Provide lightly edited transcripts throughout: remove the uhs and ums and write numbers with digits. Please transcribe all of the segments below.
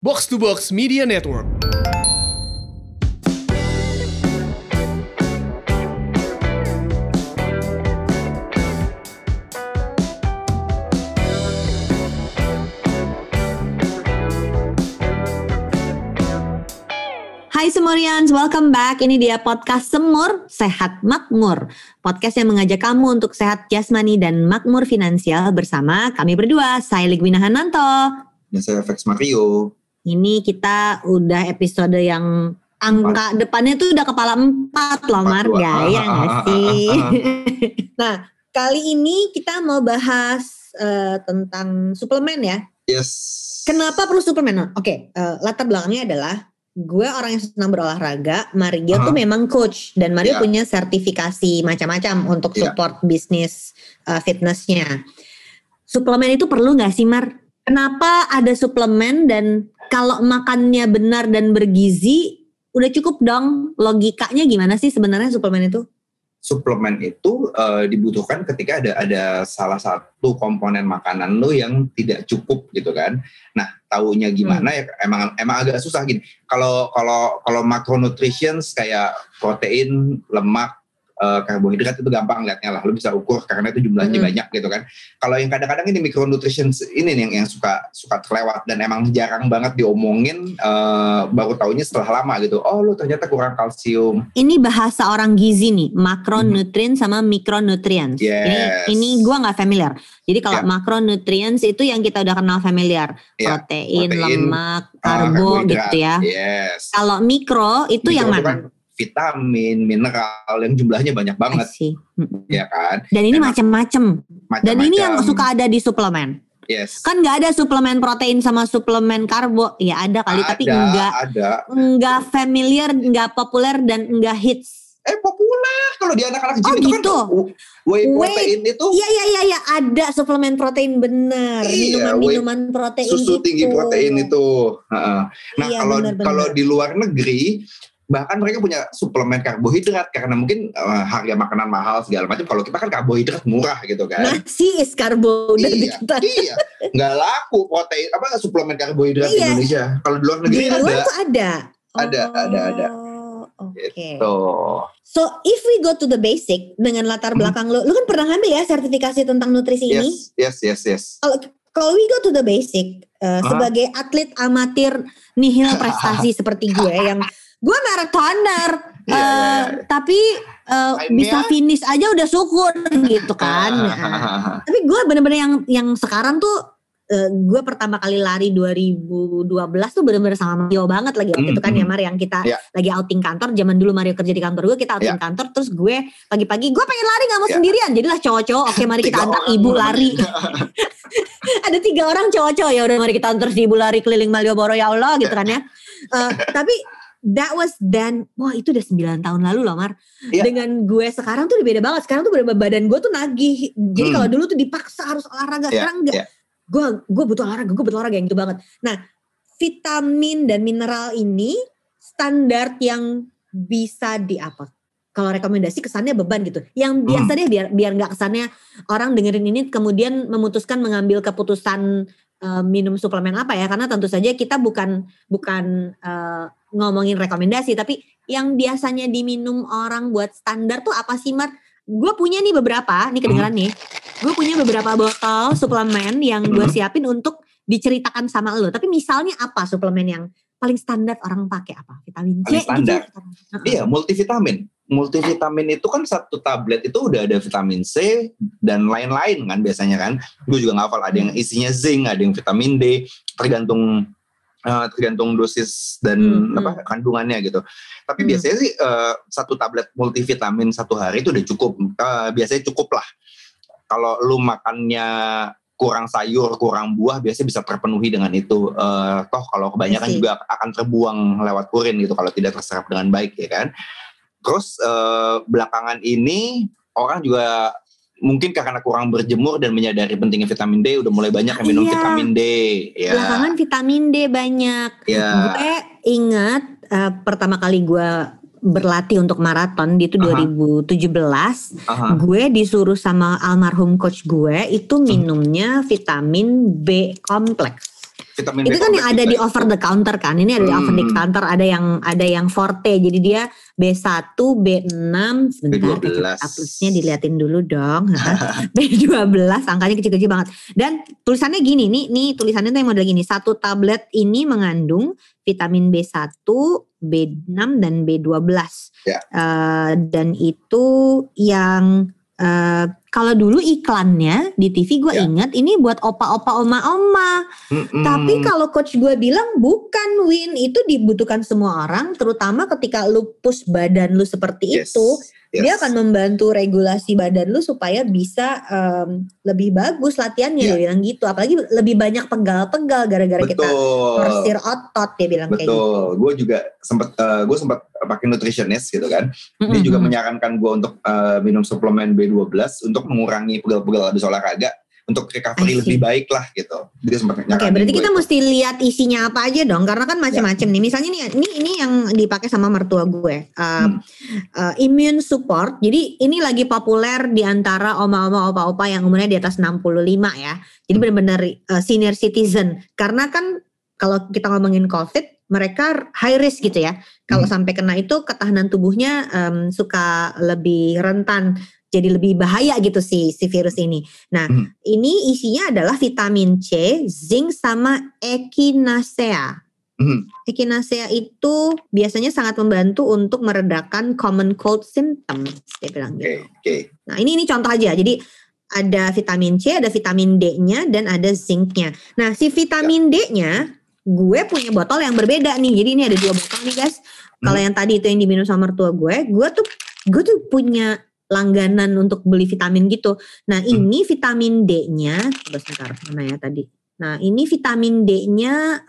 Box to Box Media Network. Hai Semurians, welcome back. Ini dia podcast Semur, Sehat Makmur. Podcast yang mengajak kamu untuk sehat jasmani dan makmur finansial bersama kami berdua, saya Ligwina Hananto. Dan saya Vex Mario. Ini kita udah episode yang angka depannya tuh udah kepala 4 loh Mar, gaya gak sih? Nah, kali ini kita mau bahas tentang suplemen ya. Yes. Kenapa perlu suplemen? Oke, latar belakangnya adalah gue orang yang senang berolahraga. Mario tuh memang coach dan Mario punya sertifikasi macam-macam untuk support bisnis fitnessnya. Suplemen itu perlu nggak sih Mar? Kenapa ada suplemen dan kalau makannya benar dan bergizi udah cukup dong? Logikanya gimana sih sebenarnya suplemen itu? Suplemen itu dibutuhkan ketika ada salah satu komponen makanan lo yang tidak cukup gitu kan. Nah, taunya gimana ya emang agak susah gini. Kalau macronutrition kayak protein, lemak, karbohidrat itu gampang lihatnya lah, lo bisa ukur karena itu jumlahnya banyak gitu kan. Kalau yang kadang-kadang ini micronutrition ini nih yang suka terlewat dan emang jarang banget diomongin, baru taunya setelah lama gitu. Oh lo ternyata kurang kalsium. Ini bahasa orang gizi nih, makronutrien sama mikronutrients. Yes. Ini gue nggak familiar. Jadi kalau makronutrients itu yang kita udah kenal familiar, protein, lemak, karbo gitu ya. Yes. Kalau mikro itu yang mana? Vitamin, mineral yang jumlahnya banyak banget, ya kan? Dan ini macam-macam. Dan ini yang suka ada di suplemen. Yes. Kan nggak ada suplemen protein sama suplemen karbo, ya ada kali, tapi nggak familiar, nggak populer dan nggak hits. Populer kalau di anak-anak gym itu gitu. Kan whey protein itu. Iya, ada suplemen protein benar. Minuman protein susu tinggi protein itu. Nah, kalau di luar negeri bahkan mereka punya suplemen karbohidrat karena mungkin harga makanan mahal segala macam. Kalau kita kan karbohidrat murah gitu kan. Nasi is karbo dari kita. Iya, nggak laku protein suplemen karbohidrat di Indonesia. Kalau di luar negeri di luar tuh ada. Ada. Oke. Gitu. So if we go to the basic dengan latar belakang lu kan pernah ngambil ya sertifikasi tentang nutrisi ini? Yes. Kalau we go to the basic, sebagai atlet amatir nihil prestasi seperti gue yang gue marathoner, tapi bisa finish aja udah syukur gitu kan. Tapi gue bener-bener yang sekarang tuh, gue pertama kali lari 2012 tuh bener-bener sama Mario banget lagi waktu itu kan ya Mar, yang kita lagi outing kantor. Zaman dulu Mario kerja di kantor gue, kita outing kantor, terus gue pagi-pagi gue pengen lari gak mau sendirian, jadilah cowok-cowok, oke mari kita antar ibu lari. Ada 3 orang cowok-cowok, ya udah mari kita antar si ibu lari keliling Malioboro ya Allah gitu kan ya. Tapi that was then, wah itu udah 9 tahun lalu loh Mar. Dengan gue sekarang tuh udah beda banget. Sekarang tuh badan gue tuh nagih. Jadi kalau dulu tuh dipaksa harus olahraga, sekarang enggak. Gue butuh olahraga yang itu banget. Nah, vitamin dan mineral ini standar yang bisa apa? Kalau rekomendasi kesannya beban gitu. Yang biasa deh biar gak kesannya orang dengerin ini kemudian memutuskan mengambil keputusan minum suplemen apa ya, karena tentu saja kita bukan ngomongin rekomendasi, tapi yang biasanya diminum orang buat standar tuh apa sih Mar? Gue punya nih beberapa, nih kedengeran nih, gue punya beberapa botol suplemen yang gue siapin untuk diceritakan sama lo. Tapi misalnya apa suplemen yang paling standar orang pakai apa? Vitamin C standar. Gitu? Iya, multivitamin. Multivitamin itu kan satu tablet itu udah ada vitamin C dan lain-lain kan biasanya kan. Gue juga ngafal ada yang isinya zinc, ada yang vitamin D, tergantung dosis dan kandungannya gitu. Tapi biasanya sih satu tablet multivitamin satu hari itu udah cukup. Biasanya cukup lah. Kalau lu makannya kurang sayur, kurang buah, biasanya bisa terpenuhi dengan itu. Toh kalau kebanyakan juga akan terbuang lewat urin gitu kalau tidak terserap dengan baik ya kan. Terus belakangan ini orang juga mungkin karena kurang berjemur dan menyadari pentingnya vitamin D, udah mulai banyak yang minum vitamin D. Ya. Belakangan vitamin D banyak. Gue ingat pertama kali gue berlatih untuk maraton di itu 2017, gue disuruh sama almarhum coach gue itu minumnya vitamin B kompleks. vitamin itu kan yang ada di over the counter kan. Ini ada di over the counter, ada yang forte. Jadi dia B1, B6, sebentar B12. plusnya diliatin dulu dong. B12 angkanya kecil-kecil banget. Dan tulisannya gini, nih tulisannya tuh yang model gini. 1 tablet ini mengandung vitamin B1, B6 dan B12. Ya. Dan itu yang kalau dulu iklannya di TV gue ingat ini buat opa-opa, oma-oma. Tapi kalau coach gue bilang bukan, Win, itu dibutuhkan semua orang, terutama ketika lu push badan lu seperti itu. Dia akan membantu regulasi badan lu supaya bisa lebih bagus latihannya, dia bilang gitu. Apalagi lebih banyak pegal-pegal gara-gara kita forsir otot, dia bilang kayak gitu. Gue juga sempat pakai nutritionist gitu kan. Dia juga menyarankan gue untuk minum suplemen B12 untuk mengurangi pegal-pegal habis olahraga, untuk recovery lebih baik lah gitu. Dia sempat nyaranin. Oke, berarti kita mesti lihat isinya apa aja dong, karena kan macam-macam nih. Misalnya ini yang dipakai sama mertua gue, immune support. Jadi ini lagi populer di antara oma-oma, opa-opa yang umurnya di atas 65 ya. Jadi benar-benar senior citizen. Karena kan kalau kita ngomongin COVID, mereka high risk gitu ya. Kalau sampai kena itu ketahanan tubuhnya suka lebih rentan. Jadi lebih bahaya gitu si virus ini. Nah, ini isinya adalah vitamin C, zinc sama echinacea. Echinacea itu biasanya sangat membantu untuk meredakan common cold symptoms, dia bilang gitu. Nah, ini contoh aja. Jadi ada vitamin C, ada vitamin D-nya, dan ada zinc-nya. Nah, si vitamin D-nya, gue punya botol yang berbeda nih. Jadi ini ada 2 botol nih guys. Kalau yang tadi itu yang diminum sama mertua gue tuh punya langganan untuk beli vitamin gitu. Nah, ini vitamin D-nya, coba sebentar, mana ya tadi. Nah, ini vitamin D-nya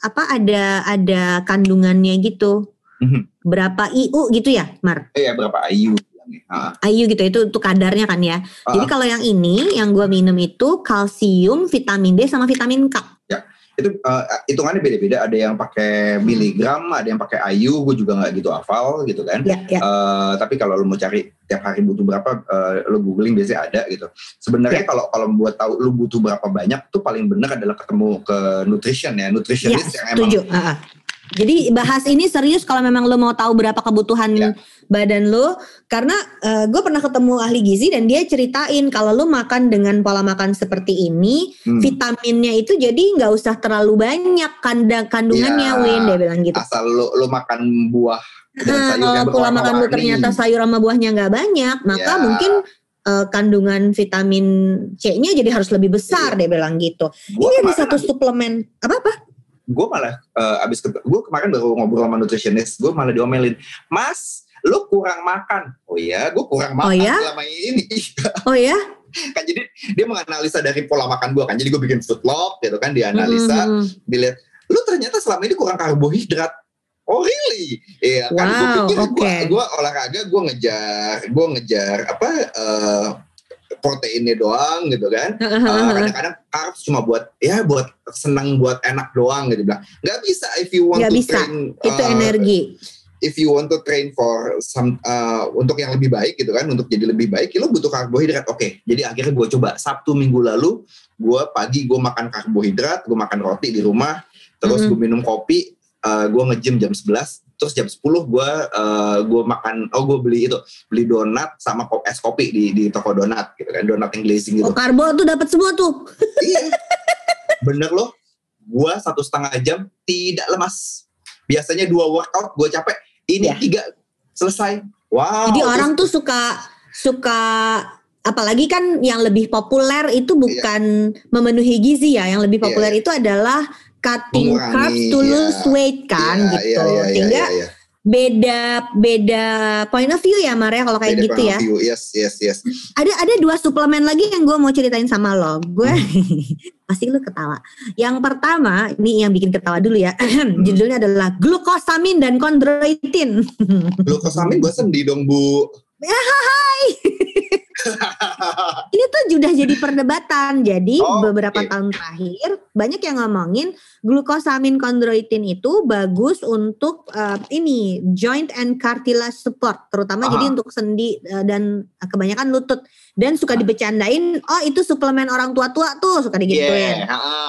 ada kandungannya gitu. Berapa IU gitu ya, Mar? Iya, berapa IU. IU gitu, itu kadarnya kan ya. Jadi kalau yang ini, yang gue minum itu kalsium, vitamin D sama vitamin K. Ya, itu hitungannya beda-beda. Ada yang pakai miligram, ada yang pakai IU. Gue juga nggak gitu hafal gitu kan. Tapi kalau lo mau cari tiap hari butuh berapa, lo googling biasanya ada gitu. Sebenarnya kalau buat tahu lo butuh berapa banyak, tuh paling benar adalah ketemu ke nutritionist yang setuju. emang. Jadi bahas ini serius kalau memang lo mau tahu berapa kebutuhan badan lo. Karena gue pernah ketemu ahli gizi dan dia ceritain kalau lo makan dengan pola makan seperti ini, vitaminnya itu jadi gak usah terlalu banyak kandungannya, Win, dia bilang gitu. Asal lo makan buah dan sayur yang pola makan lo ternyata sayur sama buahnya gak banyak, maka mungkin kandungan vitamin C-nya jadi harus lebih besar, dia bilang gitu. Ini ada satu suplemen apa? Gue malah gue kemarin baru ngobrol sama nutritionist, gue malah diomelin, Mas, lu kurang makan. Oh iya, gue kurang makan selama ini. Oh ya? Kan jadi dia menganalisa dari pola makan gue kan, jadi gue bikin food log gitu kan, dia analisa, dilihat, lu ternyata selama ini kurang karbohidrat. Oh really? Iya kan, gue pikir gue olahraga, gue ngejar proteinnya doang gitu kan. Kadang-kadang carbs cuma buat senang, buat enak doang gitu bilang. Nggak bisa if you want to train. Itu energi. If you want to train for untuk yang lebih baik gitu kan, untuk jadi lebih baik, lo butuh karbohidrat. Oke, jadi akhirnya gue coba Sabtu minggu lalu, gue makan karbohidrat, gue makan roti di rumah, terus gue minum kopi, gue nge-gym jam 11. Terus jam 10 gue makan, gue beli donat sama es kopi di toko donat gitu kan, donat yang glazing gitu. Karbo tuh dapat semua tuh. Iya, bener loh. Gue 1,5 jam tidak lemas. Biasanya 2 workout gue capek. Ini 3 selesai. Wow. Jadi orang tuh suka apalagi kan yang lebih populer itu bukan memenuhi gizi ya. Yang lebih populer itu adalah cutting carbs to lose weight kan gitu. Sehingga beda point of view ya Maria kalau kayak gitu ya. Yes. Ada 2 suplemen lagi yang gue mau ceritain sama lo. Gue pasti lu ketawa. Yang pertama, ini yang bikin ketawa dulu ya. Judulnya adalah glukosamin dan kondroitin. Glukosamin gue sedih dong, Bu. Ini tuh sudah jadi perdebatan. Jadi beberapa tahun terakhir banyak yang ngomongin glucosamine chondroitin itu bagus untuk ini joint and cartilage support, terutama jadi untuk sendi dan kebanyakan lutut. Dan suka dibecandain, itu suplemen orang tua-tua tuh suka digituin.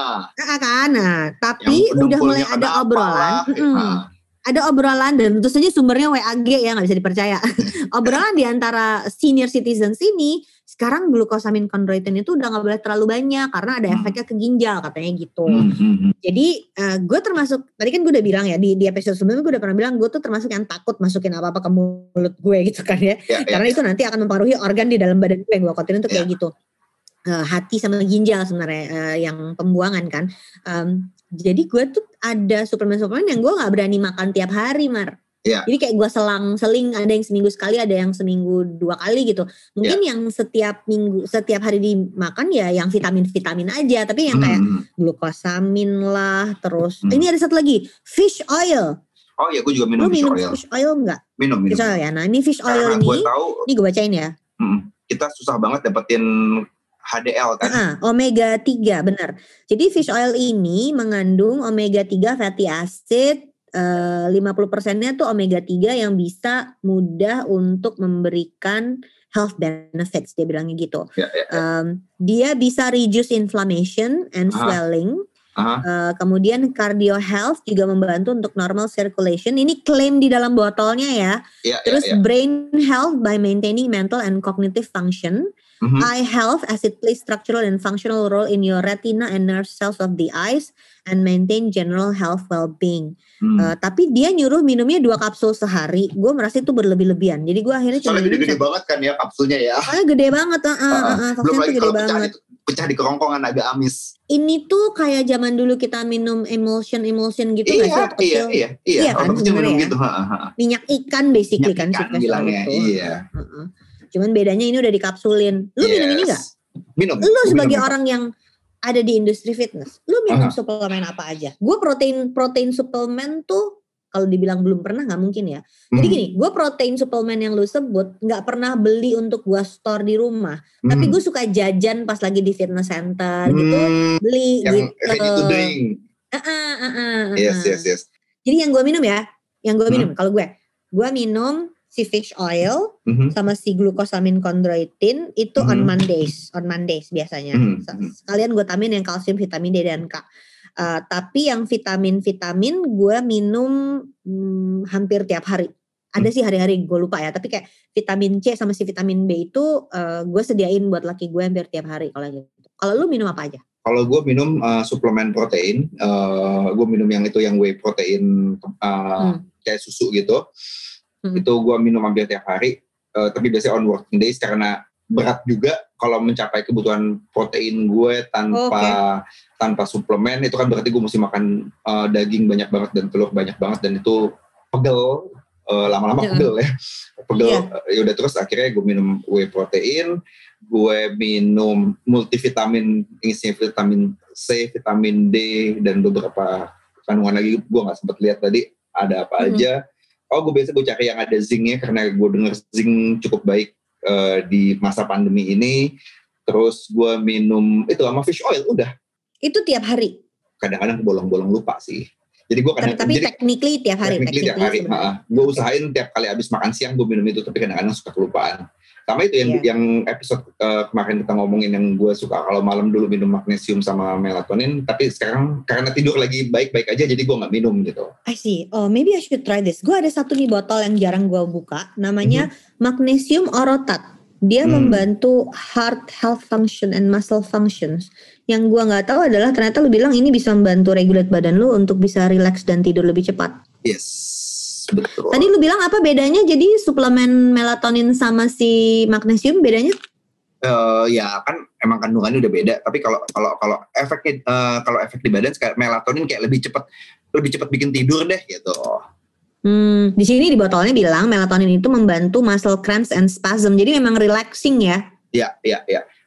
Nah, tapi udah mulai ada obrolan. Ada obrolan dan tentu saja sumbernya WAG ya, nggak bisa dipercaya. Obrolan di antara senior citizens ini, sekarang glucosamine chondroitin itu udah nggak boleh terlalu banyak karena ada efeknya ke ginjal katanya gitu. Jadi gue termasuk, tadi kan gue udah bilang ya di episode sebelumnya gue udah pernah bilang gue tuh termasuk yang takut masukin apa-apa ke mulut gue gitu kan ya. Karena itu nanti akan mempengaruhi organ di dalam badan gue yang gue khawatir untuk kayak gitu. Hati sama ginjal sebenarnya yang pembuangan kan. Jadi gue tuh ada suplemen-suplemen yang gue gak berani makan tiap hari, Mar. Jadi kayak gue seling, ada yang seminggu sekali, ada yang seminggu 2 kali gitu. Mungkin yang setiap minggu, setiap hari dimakan ya yang vitamin-vitamin aja. Tapi yang kayak glucosamin lah, terus ini ada satu lagi, fish oil. Oh iya, gue juga minum fish oil. Fish oil enggak? Minum. Fish oil ya. Nah ini fish oil ini gue bacain ya. Kita susah banget dapetin HDL kan? Omega 3 benar. Jadi fish oil ini mengandung omega 3 fatty acid, 50%-nya tuh omega 3 yang bisa mudah untuk memberikan health benefits, dia bilangnya gitu. Dia bisa reduce inflammation and swelling. Kemudian cardio health juga membantu untuk normal circulation. Ini klaim di dalam botolnya ya. Terus brain health by maintaining mental and cognitive function. Eye health as it plays structural and functional role in your retina and nerve cells of the eyes and maintain general health well-being. Tapi dia nyuruh minumnya 2 kapsul sehari. Gue merasa itu berlebih-lebihan. Jadi gue akhirnya soalnya gede-gede banget kan ya kapsulnya ya. Soalnya gede banget. Belum lagi kalau pecah di kerongkongan agak amis. Ini tuh kayak zaman dulu kita minum emulsion gitu nggak sih waktu kecil? Iya kan kecil minum gitu. Minyak ikan basically minyak kan. Ikan bilangnya. Iya. Cuman bedanya ini udah dikapsulin. Lu minum ini gak? Minum. Lu sebagai orang yang ada di industri fitness, lu minum suplemen apa aja? Gue protein suplemen tuh kalau dibilang belum pernah gak mungkin ya. Jadi gini, gue protein suplemen yang lu sebut gak pernah beli untuk gue store di rumah. Tapi gue suka jajan pas lagi di fitness center gitu. Beli yang gitu. ready to drink. Yes. Jadi yang gue minum ya, kalau gue minum si fish oil sama si glucosamine chondroitin itu on Mondays biasanya. Sekalian gue tamin yang kalsium, vitamin D dan K. Tapi yang vitamin gue minum hampir tiap hari. Ada sih hari-hari gue lupa ya. Tapi kayak vitamin C sama si vitamin B itu gue sediain buat laki gue hampir tiap hari kalau gitu. Kalau lu minum apa aja? Kalau gue minum suplemen protein, gue minum yang itu yang whey protein kayak susu gitu. Itu gue minum hampir tiap hari, tapi biasanya on working days karena berat juga kalau mencapai kebutuhan protein gue tanpa suplemen. Itu kan berarti gue mesti makan daging banyak banget dan telur banyak banget, dan itu pegel, lama-lama pegel ya. Yaudah terus akhirnya gue minum whey protein, gue minum multivitamin, isinya vitamin C, vitamin D, dan beberapa kandungan lagi gue gak sempat lihat tadi ada apa aja. Gue biasa cari yang ada zincnya karena gue dengar zinc cukup baik di masa pandemi ini. Terus gue minum itu sama fish oil udah. Itu tiap hari? Kadang-kadang bolong-bolong lupa sih. Jadi gue tapi technically tiap hari. Gue usahain tiap kali habis makan siang gue minum itu, tapi kadang-kadang suka kelupaan. Sama itu yang episode kemarin kita ngomongin yang gue suka kalau malam dulu minum magnesium sama melatonin, tapi sekarang karena tidur lagi baik-baik aja jadi gue gak minum gitu. I see. Maybe I should try this. Gue ada satu nih botol yang jarang gue buka, namanya magnesium orotat. Dia membantu heart health function and muscle functions. Yang gue gak tahu adalah ternyata lu bilang ini bisa membantu regulate badan lu untuk bisa relax dan tidur lebih cepat. Yes. Betul. Tadi lu bilang apa bedanya? Jadi suplemen melatonin sama si magnesium bedanya? Ya kan emang kandungannya udah beda. Tapi kalau efeknya kalau efek di badan kayak melatonin kayak lebih cepat bikin tidur deh gitu. Di sini di botolnya bilang melatonin itu membantu muscle cramps and spasm. Jadi memang relaxing ya? Iya.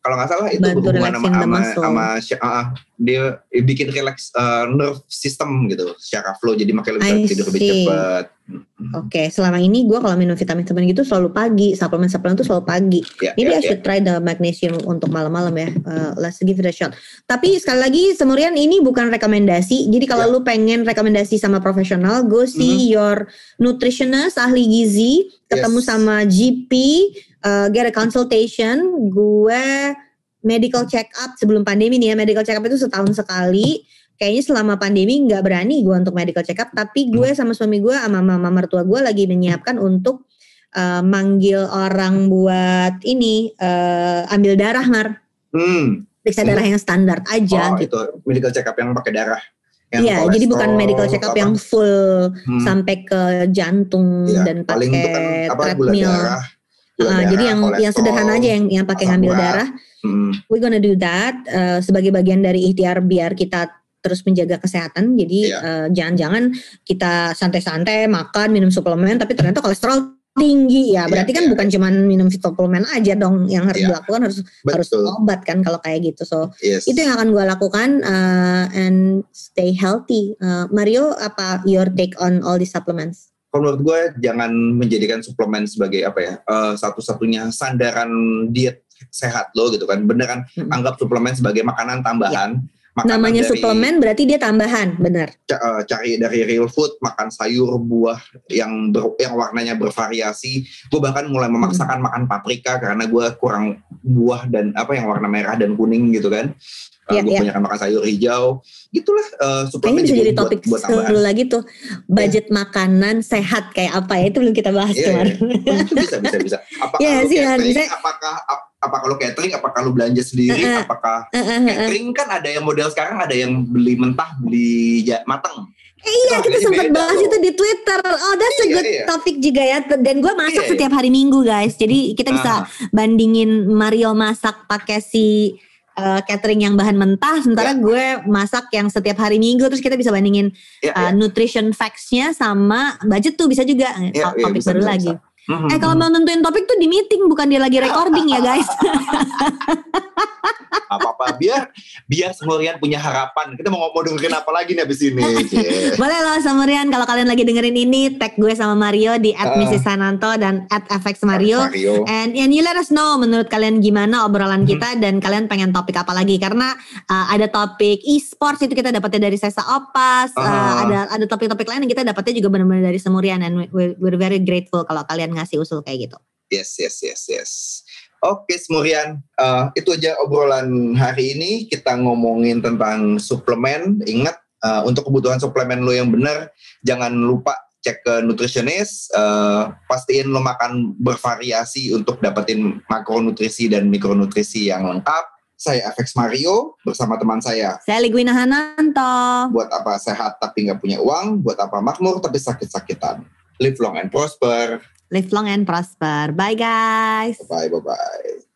Kalau nggak salah itu Bantu berhubungan relaxing the muscle. dia bikin relax nerve system gitu secara flow, jadi makanya bisa tidur lebih cepat. Oke, selama ini gue kalau minum vitamin gitu selalu pagi, suplemen itu selalu pagi. Maybe I should try the magnesium untuk malam-malam ya. Let's give it a shot. Tapi sekali lagi Semurian, ini bukan rekomendasi. Jadi kalau lu pengen rekomendasi sama profesional, go see your nutritionist, ahli gizi, ketemu sama GP, get a consultation. Gue medical check up sebelum pandemi nih ya. Medical check up itu setahun sekali. Kayaknya selama pandemi gak berani gue untuk medical check up. Tapi gue sama suami gue sama mama mertua gue lagi menyiapkan untuk manggil orang buat ini ambil darah, Mar. Periksa darah yang standar aja gitu. Itu medical check up yang pakai darah. Iya, jadi bukan medical check up yang full sampai ke jantung dan pakai treadmill. Jadi yang sederhana aja yang pakai ngambil darah. We gonna do that sebagai bagian dari ikhtiar biar kita terus menjaga kesehatan. Jadi jangan-jangan kita santai-santai makan, minum suplemen, tapi ternyata kolesterol tinggi ya. Berarti kan bukan cuma minum suplemen aja dong yang harus dilakukan, harus obat kan kalau kayak gitu. So itu yang akan gue lakukan and stay healthy. Mario, apa your take on all these supplements? Kalau menurut gue jangan menjadikan suplemen sebagai satu-satunya sandaran diet sehat lo gitu kan. Bener kan, anggap suplemen sebagai makanan tambahan. Namanya suplemen berarti dia tambahan, benar. Cari dari real food, makan sayur, buah yang warnanya bervariasi. Gue bahkan mulai memaksakan makan paprika karena gue kurang buah dan yang warna merah dan kuning gitu kan. Gue kebanyakan makan sayur hijau. Gitulah suplemen bisa jadi topik buat dulu lagi tuh. Budget makanan sehat kayak apa ya, itu belum kita bahas kemarin. Itu bisa. Apakah lo catering, apakah lo belanja sendiri, apakah catering kan ada yang model sekarang, ada yang beli mentah, beli matang. Kita sempat bahas itu di Twitter. Oh, that's a good topic juga ya. Dan gue masak setiap hari Minggu, guys. Jadi kita bisa bandingin Mario masak pakai si catering yang bahan mentah, sementara gue masak yang setiap hari Minggu. Terus kita bisa bandingin nutrition facts-nya sama budget tuh bisa juga. Topik baru lagi. Kalau mau nentuin topik tuh di meeting, bukan dia lagi recording ya guys. Apa-apa biar Semurian punya harapan. Kita mau dengerin apa lagi nih abis ini. Boleh loh Semurian, kalau kalian lagi dengerin ini, tag gue sama Mario di @mrs.sananto dan @fxmario. And you let us know menurut kalian gimana obrolan kita, dan kalian pengen topik apa lagi. Karena ada topik e-sports itu kita dapatnya dari Sesa Opas. Ada topik-topik lain yang kita dapatnya juga benar-benar dari Semurian. And we're very grateful kalau kalian ngasih usul kayak gitu. Yes. Oke Semurian, itu aja obrolan hari ini. Kita ngomongin tentang suplemen. Ingat, untuk kebutuhan suplemen lo yang benar, jangan lupa cek ke nutritionist. Pastiin lo makan bervariasi untuk dapetin makronutrisi dan mikronutrisi yang lengkap. Saya FX Mario bersama teman saya Ligwina Hananto. Buat apa sehat tapi gak punya uang? Buat apa makmur tapi sakit-sakitan? Live long and prosper. Live long and prosper. Bye guys. Bye.